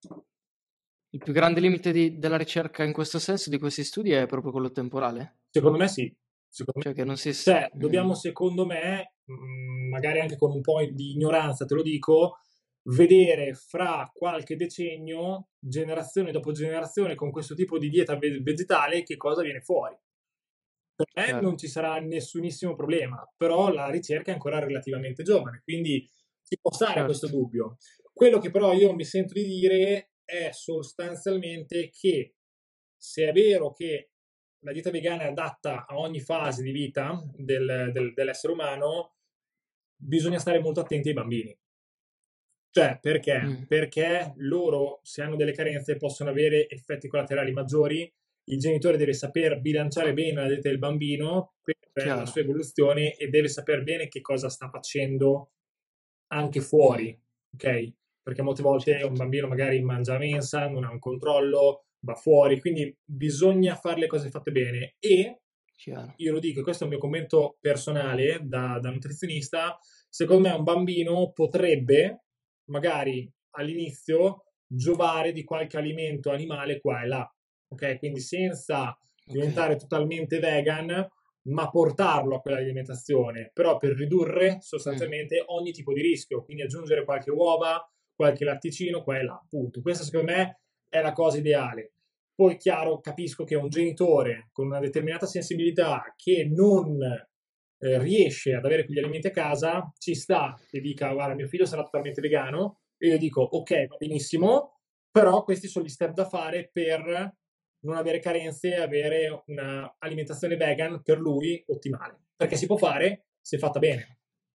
il più grande limite di- della ricerca in questo senso di questi studi è proprio quello temporale. Secondo me sì. Secondo Cioè me che non si... s- Cioè, dobbiamo, mm, secondo me, mh, magari anche con un po' di ignoranza, te lo dico, vedere fra qualche decennio, generazione dopo generazione, con questo tipo di dieta ve- vegetale, che cosa viene fuori. Per me chiaro. non ci sarà nessunissimo problema, però la ricerca è ancora relativamente giovane, quindi ci può stare questo Certo. dubbio. Quello che però io mi sento di dire è sostanzialmente che se è vero che la dieta vegana è adatta a ogni fase di vita del, del, dell'essere umano, bisogna stare molto attenti ai bambini. Cioè, perché? Mm, Perché loro, se hanno delle carenze, possono avere effetti collaterali maggiori. Il genitore deve saper bilanciare bene la dieta del bambino per la chiaro. sua evoluzione e deve sapere bene che cosa sta facendo anche Mm, fuori, ok? Perché molte volte un certo. bambino magari mangia a mensa, non ha un controllo, va fuori, quindi bisogna fare le cose fatte bene. E Chiaro. io lo dico, questo è un mio commento personale da, da nutrizionista, secondo me un bambino potrebbe magari all'inizio giovare di qualche alimento animale qua e là, ok? Quindi senza Ok. diventare totalmente vegan, ma portarlo a quell'alimentazione, però per ridurre Mm, sostanzialmente ogni tipo di rischio, quindi aggiungere qualche uova, qualche latticino qua e là, appunto. Questa secondo me è la cosa ideale. Poi, chiaro, capisco che un genitore con una determinata sensibilità che non eh, riesce ad avere quegli alimenti a casa, ci sta che dica, guarda, mio figlio sarà totalmente vegano, e io dico, ok, va benissimo, però questi sono gli step da fare per non avere carenze e avere un'alimentazione vegan per lui ottimale. Perché si può fare se fatta bene.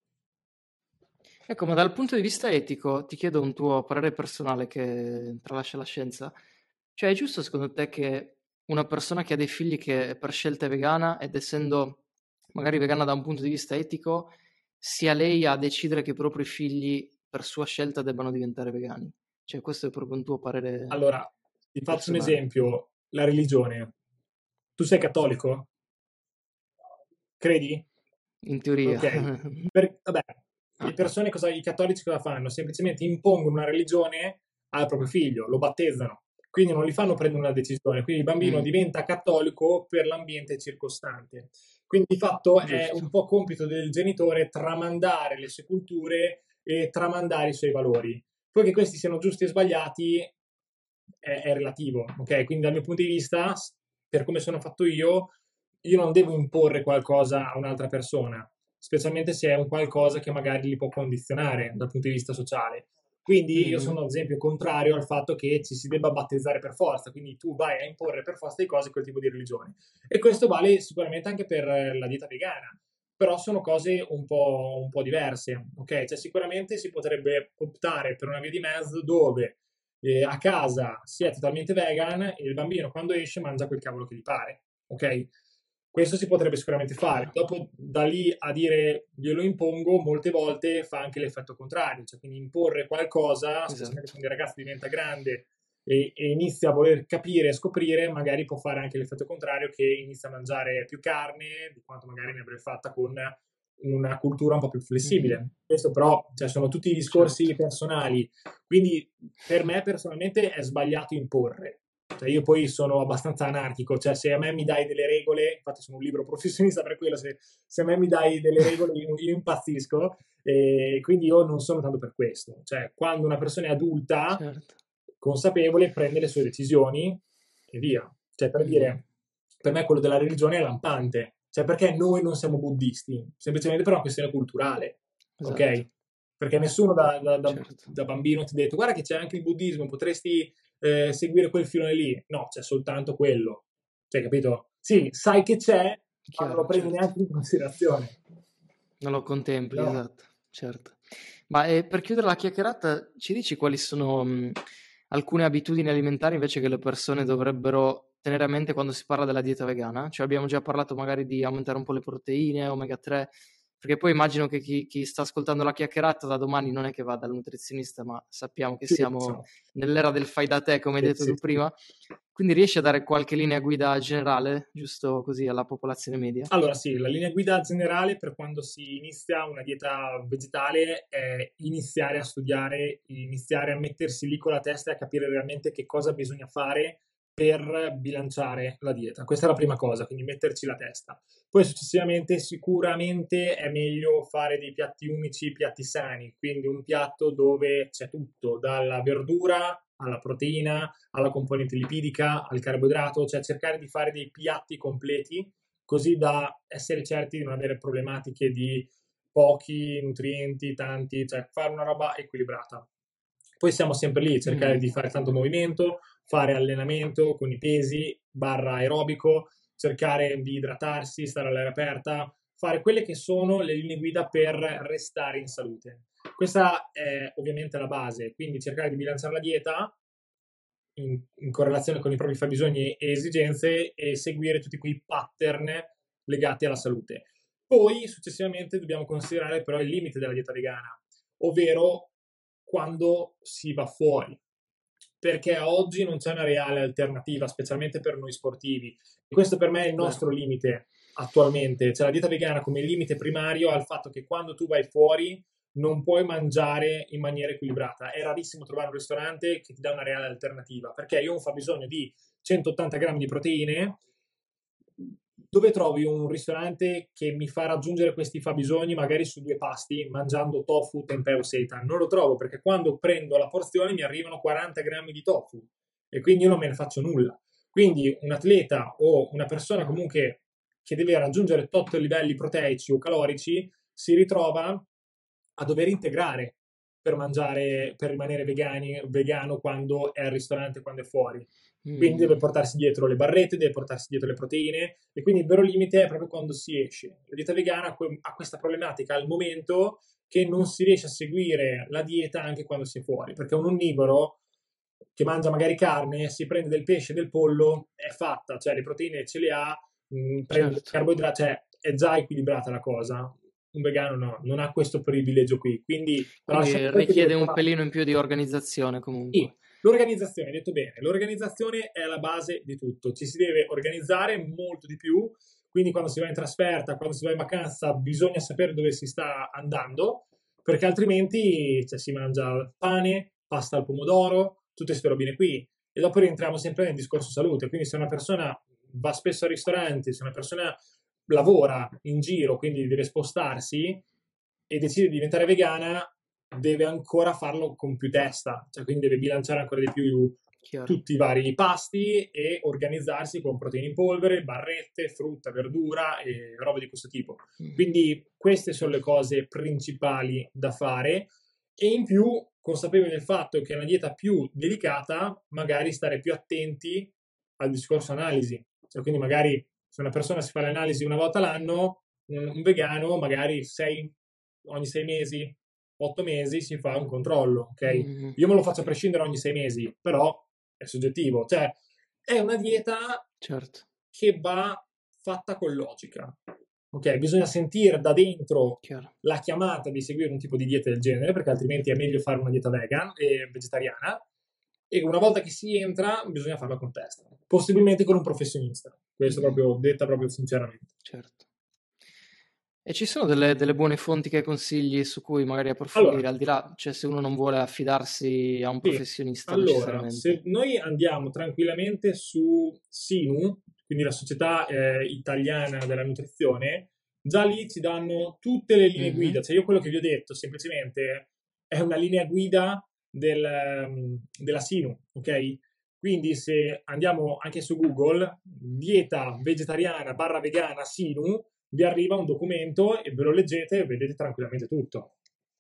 Ecco, ma dal punto di vista etico, ti chiedo un tuo parere personale che tralascia la scienza. Cioè, è giusto secondo te che una persona che ha dei figli che per scelta è vegana ed essendo magari vegana da un punto di vista etico, sia lei a decidere che i propri figli per sua scelta debbano diventare vegani? Cioè, questo è proprio un tuo parere Allora, ti faccio un personale. esempio, la religione. Tu sei cattolico? Credi? In teoria. Ok. Per- vabbè, le persone, cosa, i cattolici cosa fanno? Semplicemente impongono una religione al proprio figlio, lo battezzano. Quindi non gli fanno prendere una decisione. Quindi il bambino Mm, diventa cattolico per l'ambiente circostante. Quindi di fatto è giusto. un po' compito del genitore tramandare le sue culture e tramandare i suoi valori. Poi che questi siano giusti e sbagliati è, è relativo, ok? Quindi dal mio punto di vista, per come sono fatto io, io non devo imporre qualcosa a un'altra persona, specialmente se è un qualcosa che magari li può condizionare dal punto di vista sociale. Quindi io Mhm. sono ad esempio contrario al fatto che ci si debba battezzare per forza, quindi tu vai a imporre per forza di cose quel tipo di religione. E questo vale sicuramente anche per la dieta vegana, però sono cose un po', un po' diverse, ok? Cioè sicuramente si potrebbe optare per una via di mezzo dove eh, a casa si è totalmente vegan e il bambino quando esce mangia quel cavolo che gli pare, ok? Questo si potrebbe sicuramente fare. Chiaro. Dopo, da lì a dire glielo impongo, molte volte fa anche l'effetto contrario, cioè quindi imporre qualcosa, specialmente Esatto. quando il ragazzo diventa grande e, e inizia a voler capire e scoprire, magari può fare anche l'effetto contrario che inizia a mangiare più carne di quanto magari ne avrebbe fatta con una cultura un po' più Mhm. flessibile. Questo però, cioè, sono tutti discorsi Certo. personali, quindi per me personalmente è sbagliato imporre. Cioè, io poi sono abbastanza anarchico, cioè se a me mi dai delle regole, infatti sono un libro professionista per quello, se, se a me mi dai delle regole io, io impazzisco, e quindi io non sono tanto per questo. Cioè, quando una persona è adulta, Certo. consapevole, prende le sue decisioni e via. Cioè, per Mhm. dire, per me quello della religione è lampante. Cioè, perché noi non siamo buddisti? Semplicemente per una questione culturale, Esatto. ok? Perché nessuno da, da- da- Certo. da bambino ti ha detto, guarda che c'è anche il buddismo, potresti eh, seguire quel filone lì. No, c'è soltanto quello. Cioè, capito? Sì, sai che c'è, ma non lo Chiaro, prendi certo. neanche in considerazione. Non lo contempli, No. esatto, certo. Ma eh, per chiudere la chiacchierata, ci dici quali sono mh, alcune abitudini alimentari invece che le persone dovrebbero tenere a mente quando si parla della dieta vegana? Cioè abbiamo già parlato magari di aumentare un po' le proteine, omega tre, perché poi immagino che chi, chi sta ascoltando la chiacchierata da domani non è che va dal nutrizionista, ma sappiamo che Sì, siamo sono- nell'era del fai da te, come hai sì, detto sì, tu sì. prima. Quindi riesci a dare qualche linea guida generale, giusto così, alla popolazione media? Allora sì, la linea guida generale per quando si inizia una dieta vegetale è iniziare a studiare, iniziare a mettersi lì con la testa e a capire realmente che cosa bisogna fare per bilanciare la dieta. Questa è la prima cosa, quindi metterci la testa. Poi successivamente sicuramente è meglio fare dei piatti unici, piatti sani, quindi un piatto dove c'è tutto, dalla verdura alla proteina, alla componente lipidica, al carboidrato, cioè cercare di fare dei piatti completi così da essere certi di non avere problematiche di pochi nutrienti, tanti, cioè fare una roba equilibrata. Poi siamo sempre lì, cercare Mm. di fare tanto movimento, fare allenamento con i pesi, barra aerobico, cercare di idratarsi, stare all'aria aperta, fare quelle che sono le linee guida per restare in salute. Questa è ovviamente la base, quindi cercare di bilanciare la dieta in, in correlazione con i propri fabbisogni e esigenze e seguire tutti quei pattern legati alla salute. Poi successivamente dobbiamo considerare però il limite della dieta vegana, ovvero quando si va fuori, perché oggi non c'è una reale alternativa, specialmente per noi sportivi. E questo per me è il nostro Beh. limite attualmente, cioè la dieta vegana come limite primario ha il fatto che quando tu vai fuori non puoi mangiare in maniera equilibrata. È rarissimo trovare un ristorante che ti dà una reale alternativa, perché io ho un fabbisogno di centottanta grammi di proteine. Dove trovi un ristorante che mi fa raggiungere questi fabbisogni magari su due pasti mangiando tofu, tempeh o seitan? Non lo trovo, perché quando prendo la porzione mi arrivano quaranta grammi di tofu e quindi io non me ne faccio nulla. Quindi un atleta o una persona comunque che deve raggiungere tot livelli proteici o calorici si ritrova a dover integrare per mangiare, per rimanere vegani, vegano quando è al ristorante, quando è fuori. Quindi deve portarsi dietro le barrette, deve portarsi dietro le proteine e quindi il vero limite è proprio quando si esce. La dieta vegana ha questa problematica al momento che non si riesce a seguire la dieta anche quando si è fuori, perché un onnivoro che mangia magari carne, si prende del pesce e del pollo, è fatta, cioè le proteine ce le ha, mh, prende Certo. carboidrati, cioè è già equilibrata la cosa. Un vegano no, non ha questo privilegio qui, quindi, Quindi richiede un pelino in più di organizzazione comunque. sì, l'organizzazione, hai detto bene, l'organizzazione è la base di tutto, ci si deve organizzare molto di più, quindi quando si va in trasferta, quando si va in vacanza, bisogna sapere dove si sta andando, perché altrimenti cioè, si mangia pane, pasta al pomodoro, tutte queste robine qui, e dopo rientriamo sempre nel discorso salute, quindi se una persona va spesso al ristorante, se una persona lavora in giro, quindi deve spostarsi e decide di diventare vegana, deve ancora farlo con più testa, cioè quindi deve bilanciare ancora di più Chiaro. tutti i vari pasti e organizzarsi con proteine in polvere, barrette, frutta, verdura e robe di questo tipo. Quindi queste sono le cose principali da fare e in più consapevoli del fatto che è una dieta più delicata, magari stare più attenti al discorso analisi, cioè quindi magari se una persona si fa l'analisi una volta l'anno, un vegano magari sei, ogni sei mesi, otto mesi si fa un controllo, ok? Mm-hmm. Io me lo faccio a prescindere ogni sei mesi, però è soggettivo, cioè è una dieta certo. che va fatta con logica, ok? Bisogna sentire da dentro Chiaro. la chiamata di seguire un tipo di dieta del genere, perché altrimenti è meglio fare una dieta vegan e vegetariana, e una volta che si entra bisogna farla con testa, possibilmente con un professionista, questo mm-hmm. proprio detta proprio sinceramente. Certo. E ci sono delle, delle buone fonti che consigli su cui magari approfondire, allora, al di là, cioè se uno non vuole affidarsi a un sì, professionista allora, necessariamente? Se noi andiamo tranquillamente su Sinu, quindi la società eh, italiana della nutrizione, già lì ci danno tutte le linee mm-hmm. guida, cioè io quello che vi ho detto semplicemente è una linea guida del, della Sinu, ok? Quindi se andiamo anche su Google, dieta vegetariana barra vegana Sinu, vi arriva un documento e ve lo leggete e vedete tranquillamente tutto.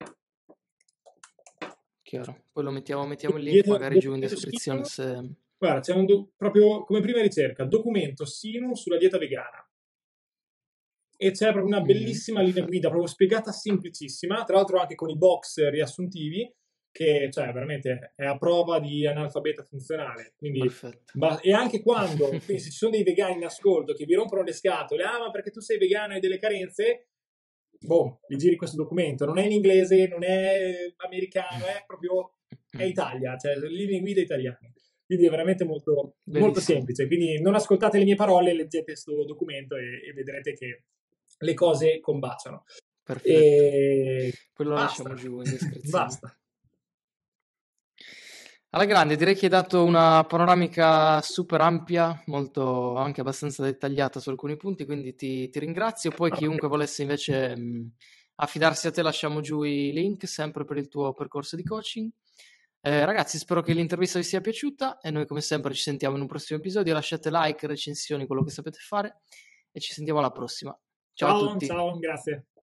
Chiaro. Poi lo mettiamo, mettiamo il link magari giù in descrizione. Se... Guarda, c'è un do- proprio come prima ricerca, documento Sinu sulla dieta vegana. E c'è proprio una bellissima mm, linea guida, proprio spiegata semplicissima, tra l'altro anche con i box riassuntivi, che cioè veramente è a prova di analfabeta funzionale. Quindi, ba- e anche quando quindi se ci sono dei vegani in ascolto che vi rompono le scatole, ah ma perché tu sei vegano e hai delle carenze, boh, vi giri questo documento, non è in inglese, non è americano, è proprio è Italia, cioè linee guida italiane. quindi è veramente molto, molto semplice. Quindi non ascoltate le mie parole, leggete questo documento e, e vedrete che le cose combaciano. Perfetto. E poi lo basta. lasciamo giù in descrizione. Basta. Alla grande, direi che hai dato una panoramica super ampia, molto anche abbastanza dettagliata su alcuni punti, quindi ti, ti ringrazio. Poi chiunque volesse invece mh, affidarsi a te, lasciamo giù i link sempre per il tuo percorso di coaching. Eh, ragazzi, spero che l'intervista vi sia piaciuta e noi come sempre ci sentiamo in un prossimo episodio. Lasciate like, recensioni, quello che sapete fare e ci sentiamo alla prossima. Ciao, ciao a tutti. Ciao, grazie.